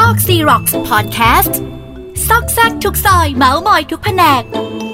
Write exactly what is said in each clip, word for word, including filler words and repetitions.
อกซีร็อกส์พอดแคสต์ซอกแซกทุกซอยเม้าท์มอยทุกแผนก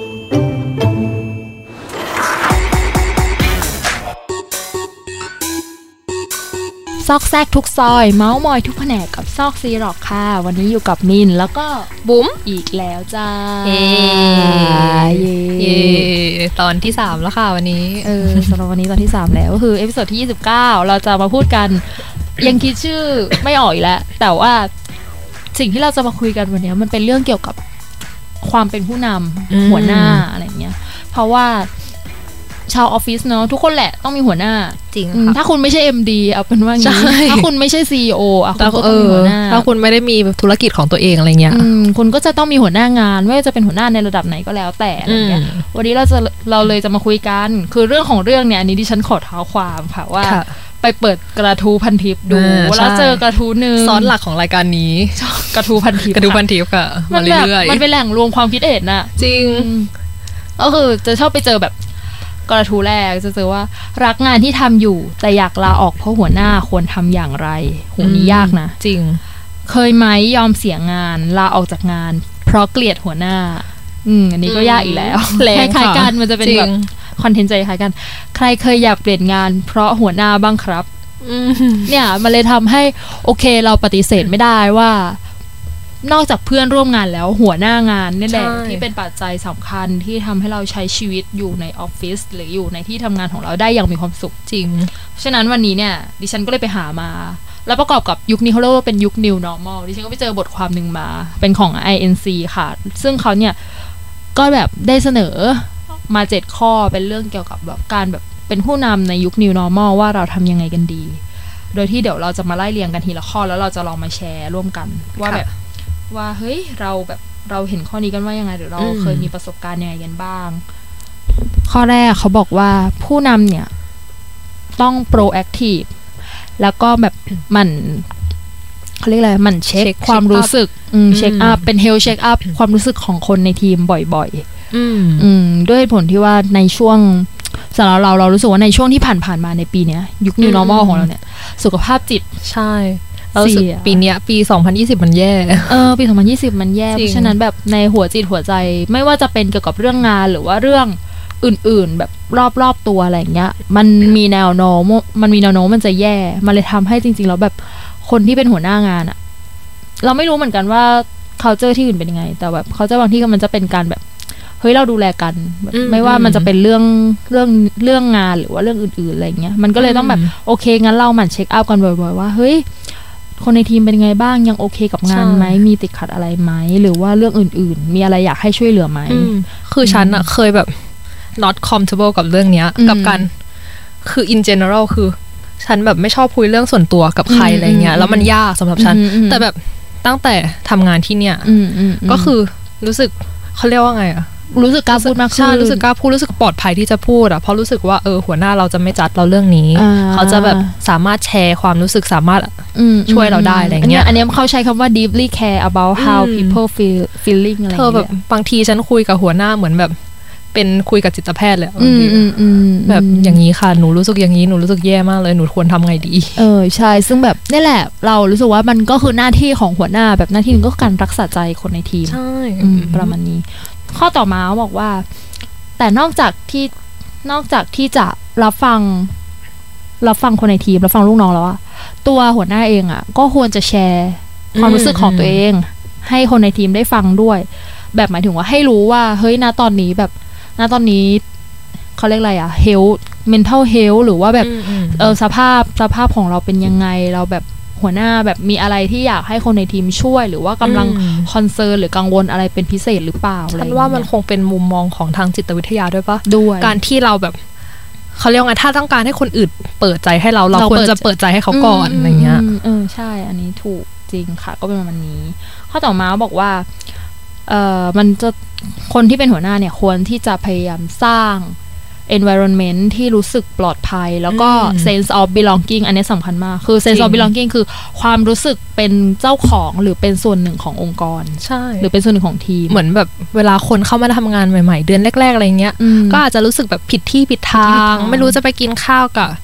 ซอกแซกทุกซอยเมาส์มอยทุกแผนกกับซอกซีร็อกค่ะวันนี้อยู่กับมินแล้วก็บุ๋มอีกแล้วจ้าเย้เย้ตอนที่สามแล้วค่ะวันนี้เออสำหรับวันนี้ตอนที่สามแล้วก็คือเอพิโซดที่ยี่สิบเก้าเราจะมาพูดกันยังคิดชื่อไม่ออกอีกแล้วแต่ว่าสิ่งที่เราจะมาคุยกันวันนี้มันเป็นเรื่องเกี่ยวกับความเป็นผู้นำหัวหน้าอะไรเงี้ยเพราะว่าชาวออฟฟิศเนอะทุกคนแหละต้องมีหัวหน้าจริงค่ะถ้าคุณไม่ใช่ เอ็ม ดี เอาเป็นว่างี้ถ้าคุณไม่ใช่ ซี อี โอ อ่ะคุณก็ต้องมีหัวหน้าถ้าคุณไม่ได้มีธุรกิจของตัวเองอะไรเงี้ยคุณก็จะต้องมีหัวหน้างานไม่ว่าจะเป็นหัวหน้าในระดับไหนก็แล้วแต่อะไรเงี้ยวันนี้เราจะเราเลยจะมาคุยกันคือเรื่องของเรื่องเนี่ยอันนี้ดิฉันขอเท้าความค่ะว่าไปเปิดกระทู้พันทิปดูแล้วเจอกระทู้นึงซอสหลักของรายการนี้กระทู้พันทิปกระทู้พันทิปค่ะมันเรื่อยๆมันเป็นแหล่งรวมความคิดเห็นน่ะจริงก็คือจะชอบไปเจอแบบกระทู้แรกจะเจอว่ารักงานที่ทำอยู่แต่อยากลาออกเพราะหัวหน้าควรทำอย่างไรโหนี่ยากนะจริงเคยไหมยอมเสียงานลาออกจากงานเพราะเกลียดหัวหน้าอืมอันนี้ก็ยากอีกแล้วคล้ายๆกันมันจะเป็นแบบคอนเทนต์ใจคล้ายกันใครเคยอยากเปลี่ยนงานเพราะหัวหน้าบ้างครับเนี่ยมันเลยทำให้โอเคเราปฏิเสธไม่ได้ว่านอกจากเพื่อนร่วมงานแล้วหัวหน้างานนี่แหละที่เป็นปัจจัยสำคัญที่ทำให้เราใช้ชีวิตอยู่ในออฟฟิศหรืออยู่ในที่ทำงานของเราได้อย่างมีความสุขจริงฉะนั้นวันนี้เนี่ยดิฉันก็เลยไปหามาแล้วประกอบกับยุคนี้เขาเรียกว่าเป็นยุค New Normal ดิฉันก็ไปเจอบทความหนึ่งมาเป็นของ ไอ เอ็น ซี ค่ะซึ่งเขาเนี่ยก็แบบได้เสนอมาเจ็ดข้อเป็นเรื่องเกี่ยวกับแบบการแบบเป็นผู้นำในยุค New Normal ว่าเราทำยังไงกันดีโดยที่เดี๋ยวเราจะมาไล่เรียงกันทีละข้อแล้วเราจะลองมาแชร์ร่วมกันว่าแบบว่าเฮ้ยเราแบบเราเห็นข้อนี้กันว่ายังไงหรือเราเคยมีประสบการณ์ยังไงกันบ้างข้อแรกเขาบอกว่าผู้นำเนี่ยต้อง proactive แล้วก็แบบมันเขาเรียกอะไรมันเช็คความรู้สึกเช็คอัพเป็น health check up ความรู้สึกของคนในทีมบ่อยๆอืมด้วยผลที่ว่าในช่วงสำหรับเราเรารู้สึกว่าในช่วงที่ผ่านๆมาในปีนี้ยุค New Normal ของเราเนี่ยสุขภาพจิตใช่เราสึกปีนี้ปีสองพันยี่สิบมันแย่เออปีสองพันยี่สิบมันแย่เพราะฉะนั้นแบบในหัวจิตหัวใจไม่ว่าจะเป็นเกี่ยวกับเรื่องงานหรือว่าเรื่องอื่นๆแบบรอบๆตัวอะไรอย่างเงี้ยมันมีแนวโน้มมันมีแนวโน้มมันจะแย่มันเลยทำให้จริงๆแล้วแบบคนที่เป็นหัวหน้างานอะเราไม่รู้เหมือนกันว่า culture ที่อื่นเป็นยังไงแต่แบบ culture บางที่ก็มันจะเป็นการแบบเฮ้ยเราดูแลกันไม่ว่ามันจะเป็นเรื่องเรื่องเรื่องงานหรือว่าเรื่องอื่นๆอะไรเงี้ยมันก็เลยต้องแบบโอเคงั้นเราหมั่นเช็คอัพกันบ่อยๆว่าเฮ้ยคนในทีมเป็นไงบ้างยังโอเคกับงานไหมมีติดขัดอะไรไหมหรือว่าเรื่องอื่นๆมีอะไรอยากให้ช่วยเหลือไหมคือฉันอะเคยแบบ not comfortable กับเรื่องเนี้ยกับการคือ in general คือฉันแบบไม่ชอบคุยเรื่องส่วนตัวกับใครอะไรเงี้ยแล้วมันยากสำหรับฉันแต่แบบตั้งแต่ทำงานที่เนี่ยก็คือรู้สึกเขาเรียกว่าไงอะรู้สึกกล้าพูดมากขึ้นรู้สึกกล้าพูดรู้สึกปลอดภัยที่จะพูดอ่ะเพราะรู้สึกว่าเออหัวหน้าเราจะไม่จัดเราเรื่องนี้เขาจะแบบสามารถแชร์ความรู้สึกสามารถช่วยเราได้อะไรเงี้ยอันนี้เขาใช้คำว่า deeply care about how people feel feeling อะไรเงี้ยเธอแบบบางทีฉันคุยกับหัวหน้าเหมือนแบบเป็นคุยกับจิตแพทย์เลยบางทีแบบอย่างนี้ค่ะหนูรู้สึกอย่างนี้หนูรู้สึกแย่มากเลยหนูควรทำไงดีเออใช่ซึ่งแบบนี่แหละเรารู้สึกว่ามันก็คือหน้าที่ของหัวหน้าแบบหน้าที่นึงก็การรักษาใจคนในทีมใช่ประมาณนี้ข้อต่อมาบอกว่าแต่นอกจากที่นอกจากที่จะรับฟังรับฟังคนในทีมรับฟังลูกน้องแล้วอะตัวหัวหน้าเองอะก็ควรจะแชร์ความรู้สึกของตัวเองให้คนในทีมได้ฟังด้วยแบบหมายถึงว่าให้รู้ว่าเฮ้ยณตอนนี้แบบณตอนนี้เขาเรียกอะไรอะ health mental health หรือว่าแบบเออสภาพสภาพของเราเป็นยังไงเราแบบหัวหน้าแบบมีอะไรที่อยากให้คนในทีมช่วยหรือว่ากำลังคอนเซิร์นหรือกังวลอะไรเป็นพิเศษหรือเปล่าฉันว่ามันคงเป็นมุมมองของทางจิตวิทยาด้วยปะด้วยการที่เราแบบเขาเรียกว่าถ้าต้องการให้คนอื่นเปิดใจให้เราเราควรจะเปิดใจให้เขาก่อนอะไรเงี้ยเออใช่อันนี้ถูกจริงค่ะก็เป็นประมาณนี้ข้อต่อมาบอกว่าเอ่อมันจะคนที่เป็นหัวหน้าเนี่ยควรที่จะพยายามสร้าง environment ที่รู้สึกปลอดภัยแล้วก็ sense of belonging อันนี้สำคัญมากคือ sense of belonging คือความรู้สึกเป็นเจ้าของหรือเป็นส่วนหนึ่งขององค์กรใช่หรือเป็นส่วนหนึ่งของทีมเหมือนแบบเวลาคนเข้ามาทำงานใหม่ๆเดือนแรกๆอะไรเงี้ยก็อาจจะรู้สึกแบบผิดที่ผิดทางไม่รู้จะไปกินข้าวกับ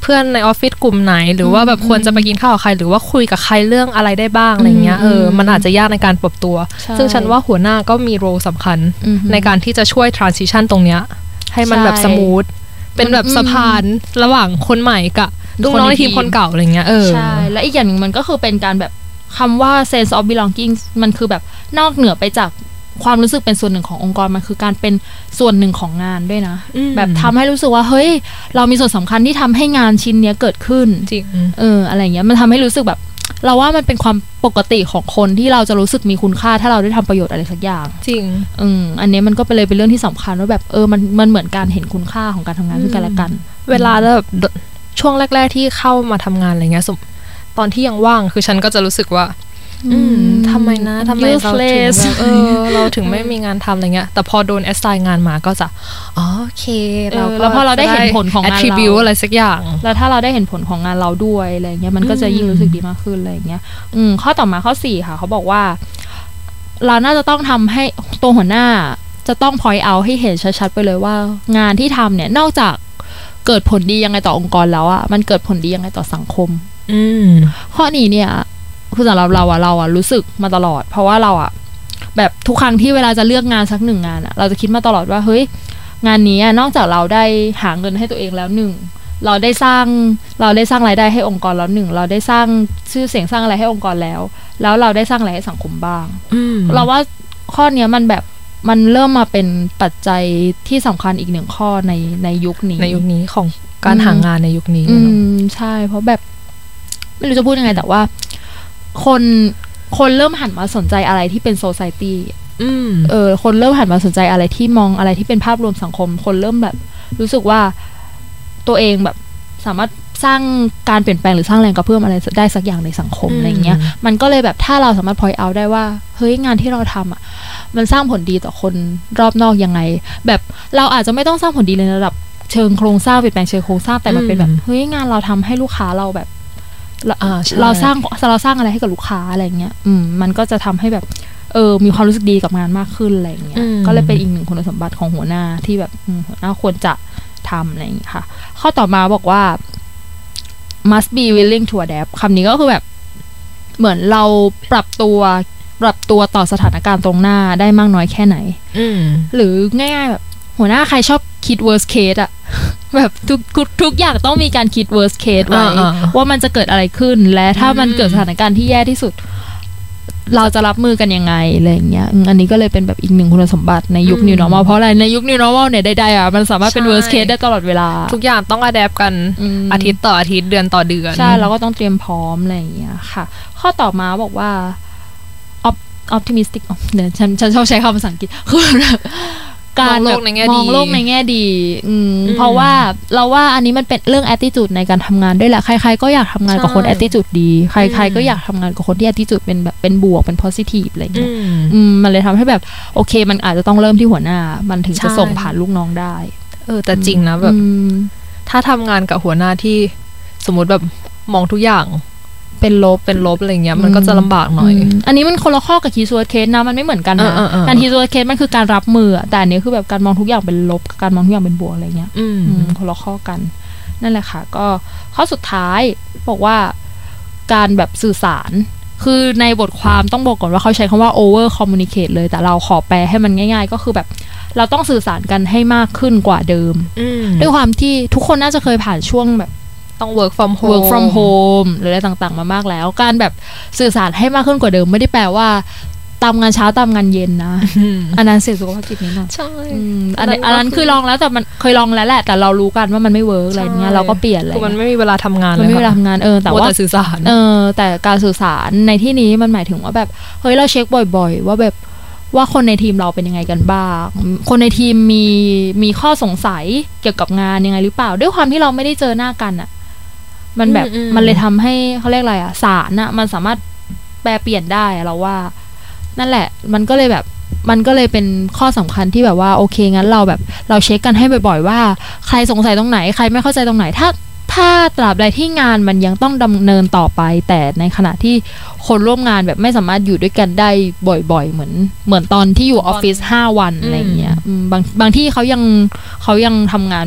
เพื่อนในออฟฟิศกลุ่มไหนหรือว่าแบบควรจะไปกินข้าวกับใครหรือว่าคุยกับใครเรื่องอะไรได้บ้างอะไรเงี้ยเออมันอาจจะยากในการปรับตัวซึ่งฉันว่าหัวหน้าก็มีโรสำคัญในการที่จะช่วย transition ตรงเนี้ยให้มันแบบสมูทเป็นแบบสะพานระหว่างคนใหม่กับลูกน้องในทีมคนเก่าอะไรเงี้ยเออใช่และอีกอย่างนึงมันก็คือเป็นการแบบคำว่า sense of belonging มันคือแบบนอกเหนือไปจากความรู้สึกเป็นส่วนหนึ่งขององค์กรมันคือการเป็นส่วนหนึ่งของงานด้วยนะแบบทำให้รู้สึกว่าเฮ้ยเรามีส่วนสำคัญที่ทำให้งานชิ้นนี้เกิดขึ้นจริงเอออะไรเงี้ยมันทำให้รู้สึกแบบเราว่ามันเป็นความปกติของคนที่เราจะรู้สึกมีคุณค่าถ้าเราได้ทำประโยชน์อะไรสักอย่างจริงอืมอันนี้มันก็เป็นเลยเป็นเรื่องที่สำคัญว่าแบบเออมันมันเหมือนการเห็นคุณค่าของการทำงานซึ่งกันและกันเวลาแบบช่วงแรกๆที่เข้ามาทำงานอะไรเงี้ยตอนที่ยังว่างคือฉันก็จะรู้สึกว่าอืมทำไมนะทำไมเราถึงเออเราถึงไม่มีงานทำอะไรเงี้ยแต่พอโดนแอสไซน์งานมาก็จะโอเคเราแล้วพอเราได้เห็นผลของงานเราอะไรสักอย่างแล้วถ้าเราได้เห็นผลของงานเราด้วยอะไรเงี้ยมันก็จะยิ่งรู้สึกดีมากขึ้นอะไรเงี้ยอืมข้อต่อมาข้อสี่ค่ะเขาบอกว่าเราน่าจะต้องทำให้ตัวหัวหน้าจะต้อง point out ให้เห็นชัดๆไปเลยว่างานที่ทำเนี่ยนอกจากเกิดผลดียังไงต่อองค์กรแล้วอ่ะมันเกิดผลดียังไงต่อสังคมอืมข้อนี้เนี่ยคือสำหรับเราอะเราอะรู้สึกมาตลอดเพราะว่าเราอะแบบทุกครั้งที่เวลาจะเลือกงานสักหนึ่งงานอะเราจะคิดมาตลอดว่าเฮ้ยงานนี้นอกจากเราได้หาเงินให้ตัวเองแล้วหนึ่งเราได้สร้างเราได้สร้างรายได้ให้องค์กรแล้วหนึ่งเราได้สร้างชื่อเสียงสร้างอะไรให้องค์กรแล้วแล้วเราได้สร้างอะไรให้สังคมบ้างเราว่าข้อนี้มันแบบมันเริ่มมาเป็นปัจจัยที่สำคัญอีกหนึ่งข้อในในยุคนี้ในยุคนี้ของการหางานในยุคนี้อืมใช่เพราะแบบไม่รู้จะพูดยังไงแต่ว่าคนคนเริ่มหันมาสนใจอะไรที่เป็นโซไซตี้เออคนเริ่มหันมาสนใจอะไรที่มองอะไรที่เป็นภาพรวมสังคมคนเริ่มแบบรู้สึกว่าตัวเองแบบสามารถสร้างการเปลี่ยนแปลงหรือสร้างแรงกระเพื่อมอะไรได้สักอย่างในสังคมอะไรเงี้ยมันก็เลยแบบถ้าเราสามารถ point out ได้ว่าเฮ้ยงานที่เราทำอ่ะมันสร้างผลดีต่อคนรอบนอกยังไงแบบเราอาจจะไม่ต้องสร้างผลดีในระดับเชิงโครงสร้างเปลี่ยนแปลงเชิงโครงสร้างแต่มันเป็นแบบเฮ้ยงานเราทำให้ลูกค้าเราแบบเราสร้างเราสร้างอะไรให้กับลูกค้าอะไรเงี้ยอืมมันก็จะทำให้แบบเออมีความรู้สึกดีกับงานมากขึ้นอะไรเงี้ยก็เลยเป็นอีกหนึ่งคุณสมบัติของหัวหน้าที่แบบหัวหน้าควรจะทำอะไรอย่างเงี้ยค่ะข้อต่อมาบอกว่า must be willing to adapt คำนี้ก็คือแบบเหมือนเราปรับตัวปรับตัวต่อสถานการณ์ตรงหน้าได้มากน้อยแค่ไหนหรือง่ายๆแบบหัวหน้าใครชอบคิด worst case อะแบบทุกทุกทุกอย่างต้องมีการคิด worst case ไว้ว่ามันจะเกิดอะไรขึ้นและถ้ามันเกิดสถานการณ์ที่แย่ที่สุดเราจะรับมือกันยังไงอะไรอย่างเงี้ยอันนี้ก็เลยเป็นแบบอีกหนึ่งคุณสมบัติในยุค new normal เพราะอะไรในยุค new normal เนี่ยใดๆอ่ะมันสามารถเป็น worst case ได้ตลอดเวลาทุกอย่างต้อง adapt กันอาทิตย์ต่ออาทิตย์เดือนต่อเดือนใช่เราก็ต้องเตรียมพร้อมอะไรอย่างเงี้ยค่ะข้อต่อมาบอกว่า optimistic เดี๋ยวฉันฉันชอบใช้คำภาษาอังกฤษคือการมองโลกในแง่ดีมองโลกในแง่ดีอืมเพราะว่าเราว่าอันนี้มันเป็นเรื่อง attitude ในการทำงานด้วยแหละใครๆก็อยากทำงานกับคน attitude ดีใครๆก็อยากทำงานกับคนที่ attitude เป็นแบบเป็นบวกเป็น positive อะไรอย่างเงี้ยอืมมันเลยทำให้แบบโอเคมันอาจจะต้องเริ่มที่หัวหน้ามันถึงจะส่งผ่านลูกน้องได้เออแต่จริงนะแบบถ้าทำงานกับหัวหน้าที่สมมติแบบมองทุกอย่างเป็นลบเป็นลบอะไรเงี้ยมันก็จะลำบากหน่อยอันนี้มันคนละข้อกับคีย์เวิร์ดเคสนะมันไม่เหมือนกันนะการคีย์เวิร์ดเคสมันคือการรับมือแต่อันนี้คือแบบการมองทุกอย่างเป็นลบการมองทุกอย่างเป็นบวกอะไรเงี้ยคนละข้อกันนั่นแหละค่ะก็ข้อสุดท้ายบอกว่าการแบบสื่อสารคือในบทความต้องบอกก่อนว่าเขาใช้คำว่า over communicate เลยแต่เราขอแปลให้มันง่ายๆก็คือแบบเราต้องสื่อสารกันให้มากขึ้นกว่าเดิมด้วยความที่ทุกคนน่าจะเคยผ่านช่วงแบบต้อง work from home work from home หรืออะไรต่างๆมามากแล้วการแบบสื่อสารให้มากขึ้นกว่าเดิมไม่ได้แปลว่าตามงานเช้าตามงานเย็นนะ อันนั้นเสียสุขภาพจิตนิดหน่อยใช่อันอันนั้นคือลองแล้วแต่มันเคยลองแล้วแหละแต่เรารู้กันว่ามันไม่เวิร์กอะไรเงี้ยเราก็เปลี่ยนเลยมันไม่มีเวลาทำงานมันไม่มีเวลาทำงานเออแต่ว่าสื่อสารเออแต่การสื่อสารในที่นี้มันหมายถึงว่าแบบเฮ้ยเราเช็คบ่อยๆว่าแบบว่าคนในทีมเราเป็นยังไงกันบ้างคนในทีมมีมีข้อสงสัยเกี่ยวกับงานยังไงหรือเปล่าด้วยความที่เราไม่ได้เจอหน้ากันอะมันแบบมันเลยทำให้เขาเรียกอะไรอะสารน่ะมันสามารถแปลเปลี่ยนได้เราว่านั่นแหละมันก็เลยแบบมันก็เลยเป็นข้อสำคัญที่แบบว่าโอเคงั้นเราแบบเราเช็คกันให้บ่อยๆว่าใครสงสัยตรงไหนใครไม่เข้าใจตรงไหนถ้าถ้าตราบใดที่งานมันยังต้องดำเนินต่อไปแต่ในขณะที่คนร่วมงานแบบไม่สามารถอยู่ด้วยกันได้บ่อยๆเหมือนเหมือนตอนที่อยู่ออฟฟิศห้าวันอะไรเงี้ยบางบางที่เขายังเขายังทำงานแบบ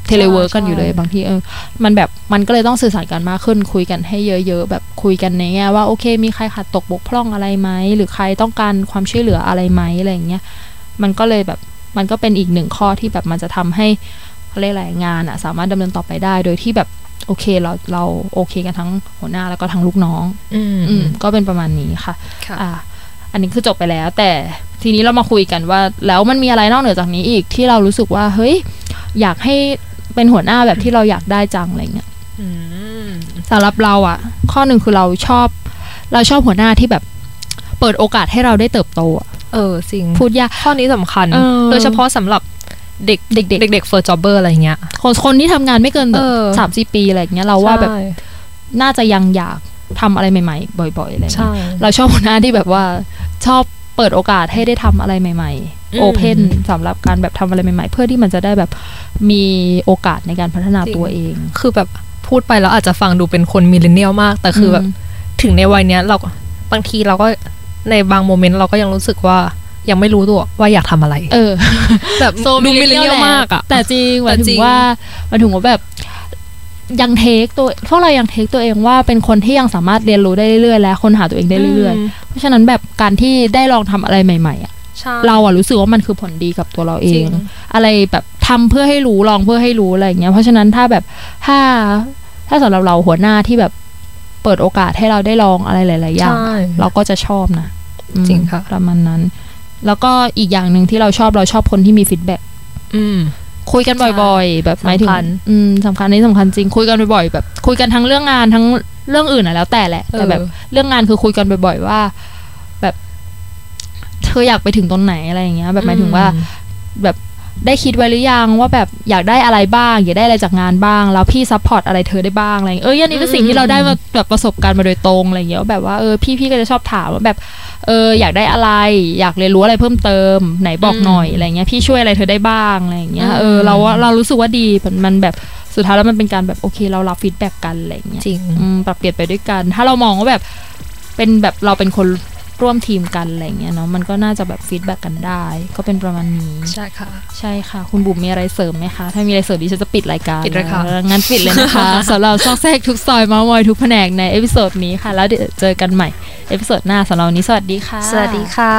เทเลเวิร์กกันอยู่เลยบางทีเออมันแบบมันก็เลยต้องสื่อสารกันมากขึ้นคุยกันให้เยอะๆแบบคุยกันในแง่ว่าโอเคมีใครขาดตกบกพร่องอะไรไหมหรือใครต้องการความช่วยเหลืออะไรไหมอะไรอย่างเงี้ยมันก็เลยแบบมันก็เป็นอีกหนึ่งข้อที่แบบมันจะทำให้หลายๆงานอะสามารถดำเนินต่อไปได้โดยที่แบบโอเคเราเราโอเคกันทั้งหัวหน้าแล้วก็ทั้งลูกน้องอืมอืมก็เป็นประมาณนี้ค่ะอ่าอันนี้คือจบไปแล้วแต่ทีนี้เรามาคุยกันว่าแล้วมันมีอะไรนอกเหนือจากนี้อีกที่เรารู้สึกว่าเฮ้ยอยากให้เป็นหัวหน้าแบบที่เราอยากได้จังอะไรเงี้ยสำหรับเราอ่ะข้อหนึ่งคือเราชอบเราชอบหัวหน้าที่แบบเปิดโอกาสให้เราได้เติบโตอ่ะเออจริงพูดยากข้อนี้สำคัญโดยเฉพาะสำหรับเด็กเด็กเด็กเฟิร์สจ็อบเบอร์อะไรเงี้ยคนคนที่ทำงานไม่เกินแบบสามสี่ปีอะไรเงี้ยเราว่าแบบน่าจะยังอยากทำอะไรใหม่ๆบ่อยๆอะไรเงี้ยเราชอบหัวหน้าที่แบบว่าชอบเปิดโอกาสให้ได้ทำอะไรใหม่ๆโอเพนสำหรับการแบบทำอะไรใหม่ๆเพื่อที่มันจะได้แบบมีโอกาสในการพัฒนาตัวเองคือแบบพูดไปแล้วอาจจะฟังดูเป็นคนมิลเลนเนียลมากแต่คือแบบถึงในวัยเนี้ยเราบางทีเราก็ในบางโมเมนต์เราก็ยังรู้สึกว่ายังไม่รู้ตัวว่าอยากทำอะไรเออแบบดูมิลเลนเนียลมากอะแต่จริงหมายถึงว่าหมายถึงว่าแบบยังเทคตัวพวกเรายังเทคตัวเองว่าเป็นคนที่ยังสามารถเรียนรู้ได้เรื่อยๆและค้นหาตัวเองได้เรื่อยๆเพราะฉะนั้นแบบการที่ได้ลองทำอะไรใหม่ๆอ่ะเราอ่ะรู้สึกว่ามันคือผลดีกับตัวเราเองอะไรแบบทำเพื่อให้รู้ลองเพื่อให้รู้อะไรอย่างเงี้ยเพราะฉะนั้นถ้าแบบถ้าถ้าสำหรับเราหัวหน้าที่แบบเปิดโอกาสให้เราได้ลองอะไรหลายๆอย่างเราก็จะชอบนะจริงค่ะประมาณนั้นแล้วก็อีกอย่างนึงที่เราชอบเราชอบคนที่มีฟีดแบ็กคุยกันบ่อยๆแบบหมายถึงอืมสำคัญนี่สำคัญจริงคุยกันบ่อยๆแบบคุยกันทั้งเรื่องงานทั้งเรื่องอื่นอ่ะแล้วแต่แหละแต่แบบเรื่องงานคือคุยกันบ่อยๆว่าแบบเธออยากไปถึงตรงไหนอะไรอย่างเงี้ยแบบหมายถึงว่าแบบได้คิดไว้หรือยังว่าแบบอยากได้อะไรบ้างอยากได้อะไรจากงานบ้างแล้วพี่ซัพพอร์ตอะไรเธอได้บ้างอะไรเอ้ยอันนี้เป็นสิ่งที่เราได้มาแบบประสบการณ์มาโดยตรงอะไรอย่างเงี้ยแบบว่าเออพี่ๆก็จะชอบถามว่าแบบเอออยากได้อะไรอยากเรียนรู้อะไรเพิ่มเติมไหนบอกหน่อยอะไรเงี้ยพี่ช่วยอะไรเธอได้บ้างอะไรอย่างเงี้ยเออเราว่าเรารู้สึกว่าดีมันแบบสุดท้ายแล้วมันเป็นการแบบโอเคเรารับฟีดแบ็กกันอะไรเงี้ยจริงปรับเปลี่ยนไปด้วยกันถ้าเรามองว่าแบบเป็นแบบเราเป็นคนร่วมทีมกันอะไรเงี้ยเนาะมันก็น่าจะแบบฟีดแบ็กกันได้ก็เป็นประมาณนี้ใช่ค่ะใช่ค่ะคุณบุ๋มมีอะไรเสริมไหมคะถ้ามีอะไรเสริมดิฉันจะปิดรายการปิดรายการงั้นปิดเลยนะคะสำหรับซอกแซกทุกซอยเมาท์มอยทุกแผนกในเอพิโซดนี้ค่ะแล้วเดี๋ยวเจอกันใหม่เอพิโซดหน้าสำหรับวันนี้สวัสดีค่ะสวัสดีค่ะ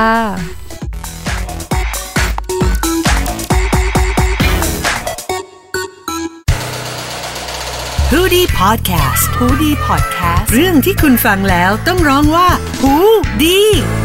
ฮูดี้พอดแคสต์ฮูดี้พอดแคสต์เรื่องที่คุณฟังแล้วต้องร้องว่าฮูดี้